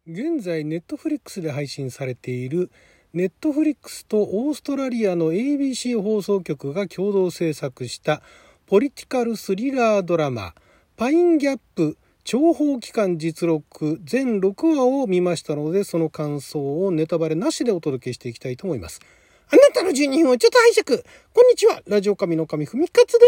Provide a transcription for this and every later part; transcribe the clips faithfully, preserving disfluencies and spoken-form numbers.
現在ネットフリックスで配信されているネットフリックスとオーストラリアの エービーシー 放送局が共同制作したポリティカルスリラードラマパインギャップ諜報機関実録全ろくわを見ましたので、その感想をネタバレなしでお届けしていきたいと思います。あなたのじゅうにふんをちょっと拝借。こんにちは、ラジオ神の神ふみかつです。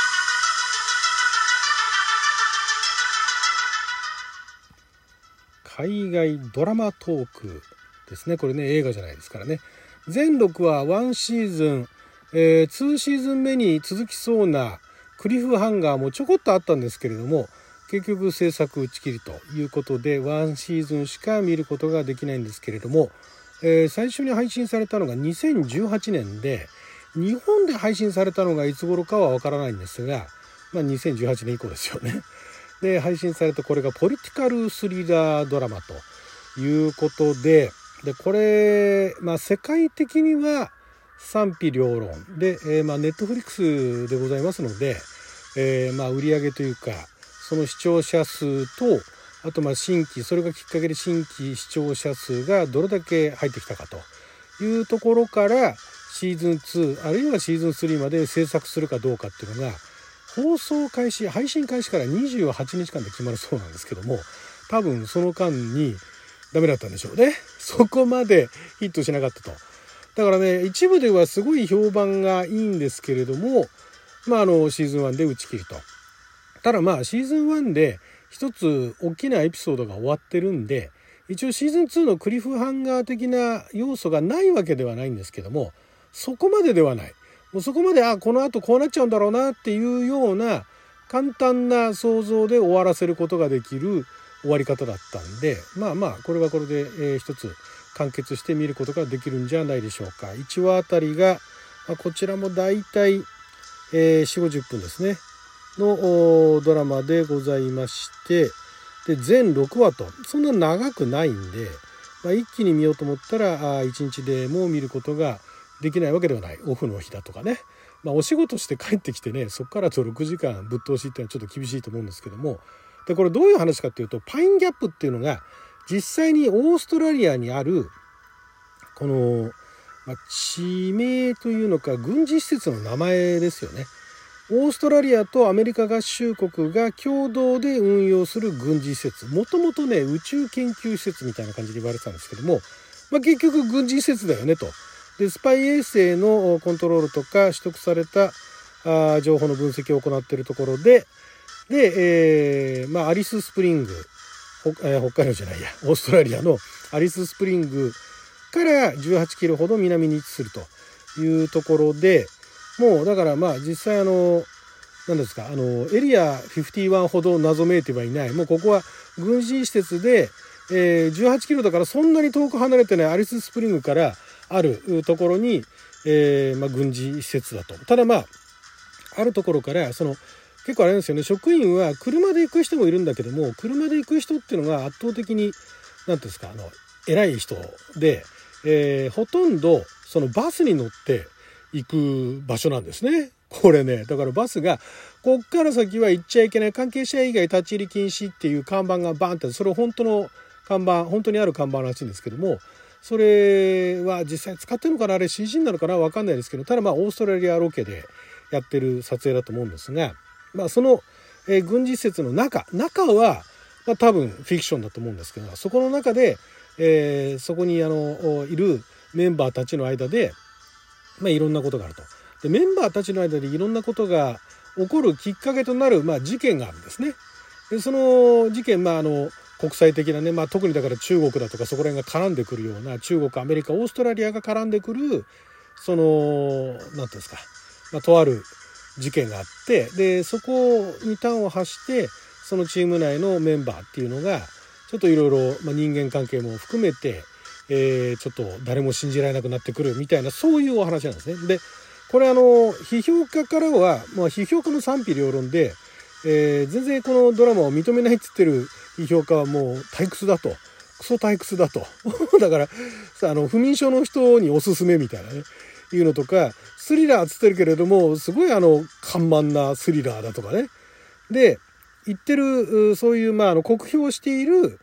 海外ドラマトークですね。これね、映画じゃないですからね。全ろくわいちシーズン、えー、にシーズン目に続きそうなクリフハンガーもちょこっとあったんですけれども、結局制作打ち切りということでいちシーズンしか見ることができないんですけれども、えー、最初に配信されたのがにせんじゅうはちねんで、日本で配信されたのがいつ頃かはわからないんですが、まあ、にせんじゅうはちねん以降ですよね。で配信されたこれがポリティカルスリラードラマということで、でこれ、まあ、世界的には賛否両論で、えーまあ、ネットフリックスでございますので、えーまあ、売り上げというかその視聴者数と、あとまあ新規、それがきっかけで新規視聴者数がどれだけ入ってきたかというところからシーズンツーあるいはシーズンスリーまで制作するかどうかっていうのが放送開始配信開始からにじゅうはちにちかんで決まるそうなんですけども、多分その間にダメだったんでしょうね。そこまでヒットしなかったと。だからね、一部ではすごい評判がいいんですけれども、まああのシーズンワンで打ち切りと。ただまあシーズンワンで一つ大きなエピソードが終わってるんで、一応シーズンツーのクリフハンガー的な要素がないわけではないんですけども、そこまでではない。もうそこまであこの後こうなっちゃうんだろうなっていうような簡単な想像で終わらせることができる終わり方だったんで、まあまあこれはこれで、えー、一つ完結して見ることができるんじゃないでしょうか。いちわあたりが、まあ、こちらもだいたい、えー、よんじゅうごじゅっぷんですねのドラマでございまして、で全ろくわとそんな長くないんで、まあ、一気に見ようと思ったらあいちにちでもう見ることができないわけではない。オフの日だとかね、まあ、お仕事して帰ってきてね、そこからとろくじかんぶっ通しっていうのはちょっと厳しいと思うんですけども、でこれどういう話かっていうと、パインギャップっていうのが実際にオーストラリアにあるこの、まあ、地名というのか軍事施設の名前ですよね。オーストラリアとアメリカ合衆国が共同で運用する軍事施設、もともとね宇宙研究施設みたいな感じで言われてたんですけども、まあ、結局軍事施設だよねと。でスパイ衛星のコントロールとか取得されたあ情報の分析を行っているところで、で、えーまあ、アリススプリング、えー、北海道じゃないやオーストラリアのアリススプリングからじゅうはちキロほど南に位置するというところで、もうだからまあ実際あの何ですかあのエリアごじゅういちほど謎めいてはいない。もうここは軍事施設で、えー、じゅうはちキロだからそんなに遠く離れてないアリススプリングからあるところに、えーまあ、軍事施設だと。ただまああるところからその結構あれなんですよね、職員は車で行く人もいるんだけども、車で行く人っていうのが圧倒的に何ていうんですかあの偉い人で、えー、ほとんどそのバスに乗って行く場所なんですね。これね、だからバスがこっから先は行っちゃいけない、関係者以外立ち入り禁止っていう看板がバーンって、それ本当の看板、本当にある看板らしいんですけども、それは実際使ってるのかな、あれ シージー なのかな、分かんないですけど、ただまあオーストラリアロケでやってる撮影だと思うんですが、まあその、えー、軍事施設の中中は、まあ、多分フィクションだと思うんですけど、そこの中で、えー、そこにあのいるメンバーたちの間で、まあ、いろんなことがあると。でメンバーたちの間でいろんなことが起こるきっかけとなる、まあ、事件があるんですね。でその事件、まあ、あの国際的なね、まあ、特にだから中国だとかそこら辺が絡んでくるような、中国アメリカオーストラリアが絡んでくるその何ていうんですか、まあ、とある事件があって、でそこに端を発してそのチーム内のメンバーっていうのがちょっといろいろ人間関係も含めて、えー、ちょっと誰も信じられなくなってくるみたいな、そういうお話なんですね。でこれあの批評家からは、まあ、批評家の賛否両論で、えー、全然このドラマを認めないっつってる批評家はもう退屈だと、クソ退屈だとだからさ、あの不眠症の人におすすめみたいなねいうのとか、スリラーっつってるけれどもすごいあの緩慢なスリラーだとかねで言ってる、そういうまああの酷評している、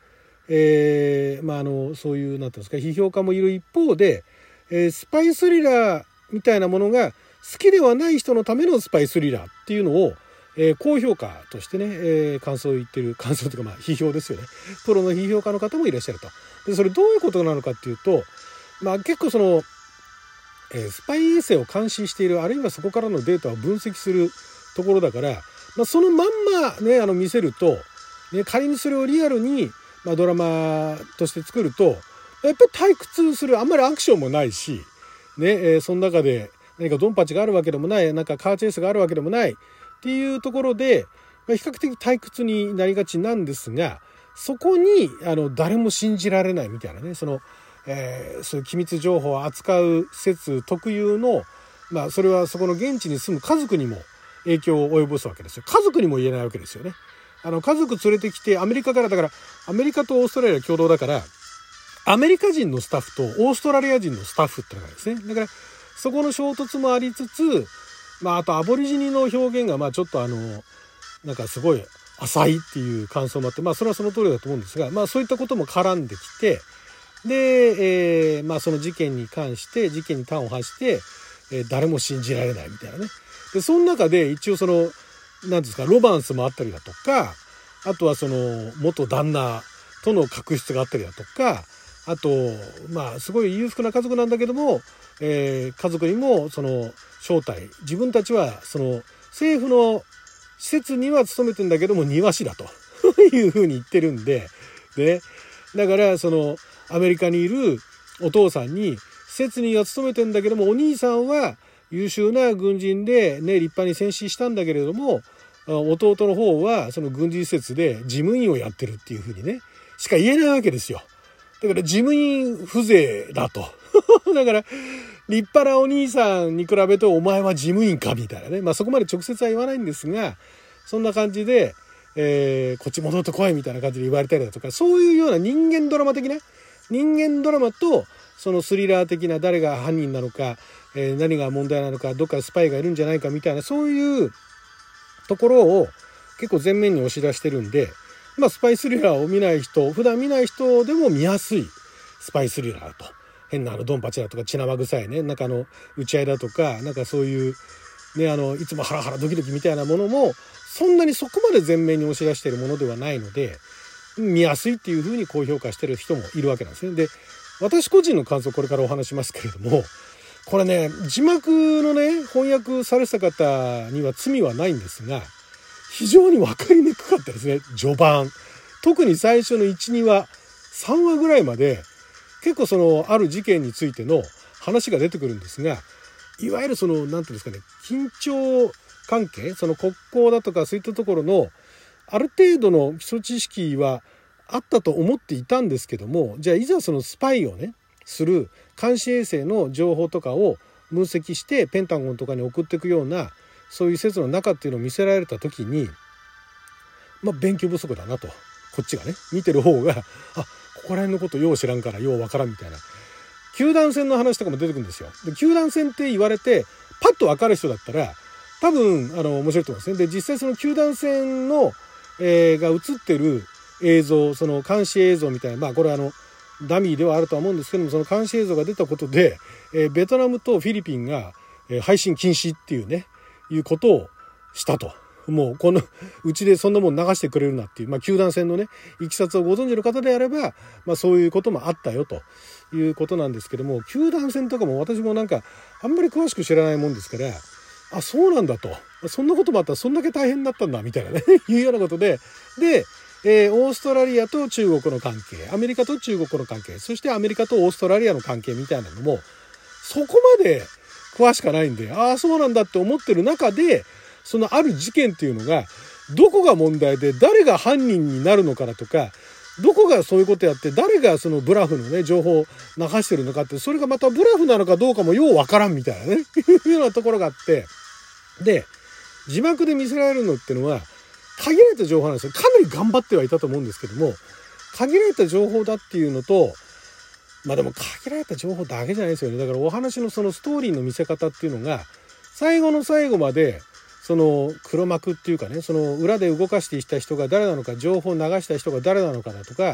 えー、まああのそういうなんていうんですか、批評家もいる一方で、えー、スパイスリラーみたいなものが好きではない人のためのスパイスリラーっていうのを、えー、高評価としてね、えー、感想を言ってる、感想というかまあ批評ですよね。プロの批評家の方もいらっしゃると。でそれどういうことなのかっていうと、まあ結構その、えー、スパイ衛星を監視している、あるいはそこからのデータを分析するところだから、まあ、そのまんまねあの見せると、ね、仮にそれをリアルに、まあ、ドラマとして作るとやっぱり退屈する、あんまりアクションもないし、ねえー、その中で何かドンパチがあるわけでもない、なんかカーチェイスがあるわけでもないっていうところで、まあ、比較的退屈になりがちなんですが、そこにあの誰も信じられないみたいなね、その、えー、そういう機密情報を扱う施設特有の、まあ、それはそこの現地に住む家族にも影響を及ぼすわけですよ。家族にも言えないわけですよね。あの家族連れてきて、アメリカからだから、アメリカとオーストラリア共同だから、アメリカ人のスタッフとオーストラリア人のスタッフってのがですね、だからそこの衝突もありつつ、まああとアボリジニの表現がまあちょっとあのなんかすごい浅いっていう感想もあって、まあそれはその通りだと思うんですが、まあそういったことも絡んできて、で、えー、まあその事件に関して事件に端を発して、えー、誰も信じられないみたいなね。でその中で一応その何ですか、ロマンスもあったりだとか、あとはその元旦那との確執があったりだとか、あとまあすごい裕福な家族なんだけども、えー、家族にもその正体、自分たちはその政府の施設には勤めてんだけども庭師だというふうに言ってるんで、でだからそのアメリカにいるお父さんに施設には勤めてんだけども、お兄さんは優秀な軍人でね、立派に戦死したんだけれども、弟の方はその軍事施設で事務員をやってるっていうふうにねしか言えないわけですよ。だから事務員風情だとだから立派なお兄さんに比べてお前は事務員かみたいなね、まあそこまで直接は言わないんですが、そんな感じで、えー、こっち戻ってこいみたいな感じで言われたりだとか、そういうような人間ドラマ的な、人間ドラマとそのスリラー的な誰が犯人なのか、えー、何が問題なのか、どっかスパイがいるんじゃないかみたいな、そういうところを結構前面に押し出してるんで、まあスパイスリラーを見ない人、普段見ない人でも見やすいスパイスリラーと、変なあのドンパチだとか血生臭いね、なんかあの打ち合いだとか、なんかそういうね、あのいつもハラハラドキドキみたいなものもそんなにそこまで前面に押し出しているものではないので、見やすいっていうふうに高評価してる人もいるわけなんですね。で、私個人の感想これからお話しますけれども、これね、字幕のね翻訳されてた方には罪はないんですが、非常に分かりにくかったですね。序盤、特に最初の いち,に 話さんわぐらいまで結構そのある事件についての話が出てくるんですが、いわゆるその何ていうんですかね、緊張関係、その国交だとかそういったところのある程度の基礎知識はあったと思っていたんですけども、じゃあいざそのスパイをねする監視衛星の情報とかを分析してペンタゴンとかに送っていくようなそういう施設の中っていうのを見せられた時に、まあ勉強不足だなと、こっちがね見てる方が、あ、ここら辺のことよう知らんからようわからんみたいな、球団戦の話とかも出てくるんですよ。で、球団戦って言われてパッとわかる人だったら多分あの面白いと思うんですね。で、実際その球団戦の、えー、が映ってる映像、その監視映像みたいな、まあこれはあのダミーではあるとは思うんですけども、その監視映像が出たことで、えー、ベトナムとフィリピンが、えー、配信禁止っていうねいうことをしたと。もうこのうちでそんなもん流してくれるなっていう、まあ球団戦のねいきさつをご存知の方であれば、まあそういうこともあったよということなんですけども、球団戦とかも私もなんかあんまり詳しく知らないもんですから、あ、そうなんだと、そんなこともあったらそんだけ大変だったんだみたいなねいうようなことで、で、えー、オーストラリアと中国の関係、アメリカと中国の関係、そしてアメリカとオーストラリアの関係みたいなのもそこまで詳しくないんで、ああそうなんだって思ってる中で、そのある事件っていうのがどこが問題で誰が犯人になるのかだとか、どこがそういうことやって誰がそのブラフのね情報を流してるのかって、それがまたブラフなのかどうかもようわからんみたいなねいうようなところがあって、で字幕で見せられるのっていうのは限られた情報なんですよ。かなり頑張ってはいたと思うんですけども、限られた情報だっていうのと、まあでも限られた情報だけじゃないですよね。だからお話のそのストーリーの見せ方っていうのが最後の最後までその黒幕っていうかね、その裏で動かしていた人が誰なのか、情報を流した人が誰なのかだとか、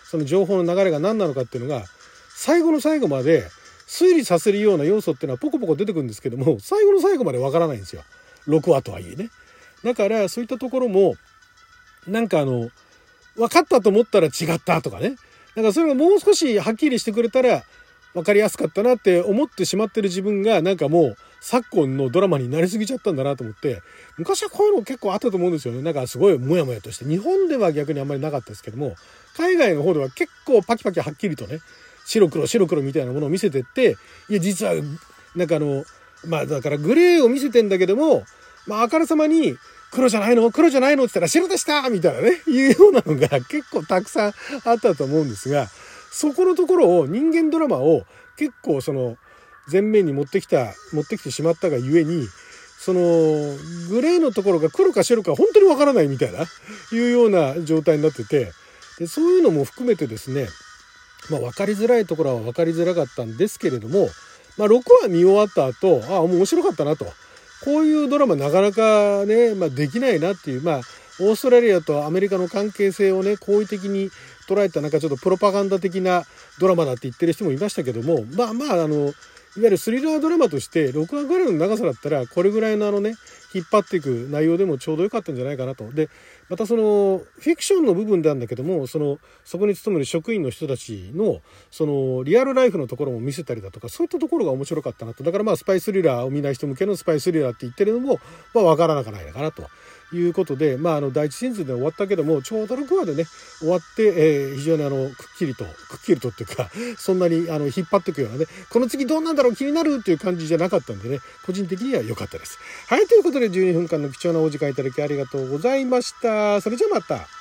その情報の流れが何なのかっていうのが最後の最後まで推理させるような要素っていうのはポコポコ出てくるんですけども、最後の最後までわからないんですよ、ろくわとはいえね。だからそういったところもなんかあの分かったと思ったら違ったとかね、なんかそれがもう少しはっきりしてくれたら分かりやすかったなって思ってしまってる自分がなんかもう昨今のドラマになりすぎちゃったんだなと思って、昔はこういうの結構あったと思うんですよね。なんかすごいモヤモヤとして、日本では逆にあんまりなかったですけども、海外の方では結構パキパキはっきりとね、白黒白黒みたいなものを見せてって、いや実はなんかあのまあだからグレーを見せてんだけども、まああからさまに黒じゃないの黒じゃないのって言ったら白でしたみたいなね、いうようなのが結構たくさんあったと思うんですが、そこのところを人間ドラマを結構その前面に持ってきた持ってきてしまったがゆえに、そのグレーのところが黒か白か本当にわからないみたいないうような状態になってて、でそういうのも含めてですね、まあ分かりづらいところは分かりづらかったんですけれども、まあろくわ見終わった後、ああもう面白かったなと、こういうドラマなかなかね、まあ、できないなっていう、まあオーストラリアとアメリカの関係性をね好意的に捉えたなんかちょっとプロパガンダ的なドラマだって言ってる人もいましたけども、まあまああのいわゆるスリラードラマとしてろくわぐらいの長さだったらこれぐらいのあのね引っ張っていく内容でもちょうどよかったんじゃないかなと。でまたそのフィクションの部分なんだけども、そのそこに勤める職員の人たちのそのリアルライフのところも見せたりだとか、そういったところが面白かったなと。だからまあスパイスリラーを見ない人向けのスパイスリラーって言ってるのもまあ分からなくないのかなということで、まああの第一シーズンで終わったけども、ちょうどろくわでね終わって、えー、非常にあのくっきりとくっきりとっていうかそんなにあの引っ張っていくようなね、この次どうなんだろう気になるっていう感じじゃなかったんでね、個人的には良かったです。はい、ということでじゅうにふんかんの貴重なお時間いただきありがとうございました。それじゃあまた。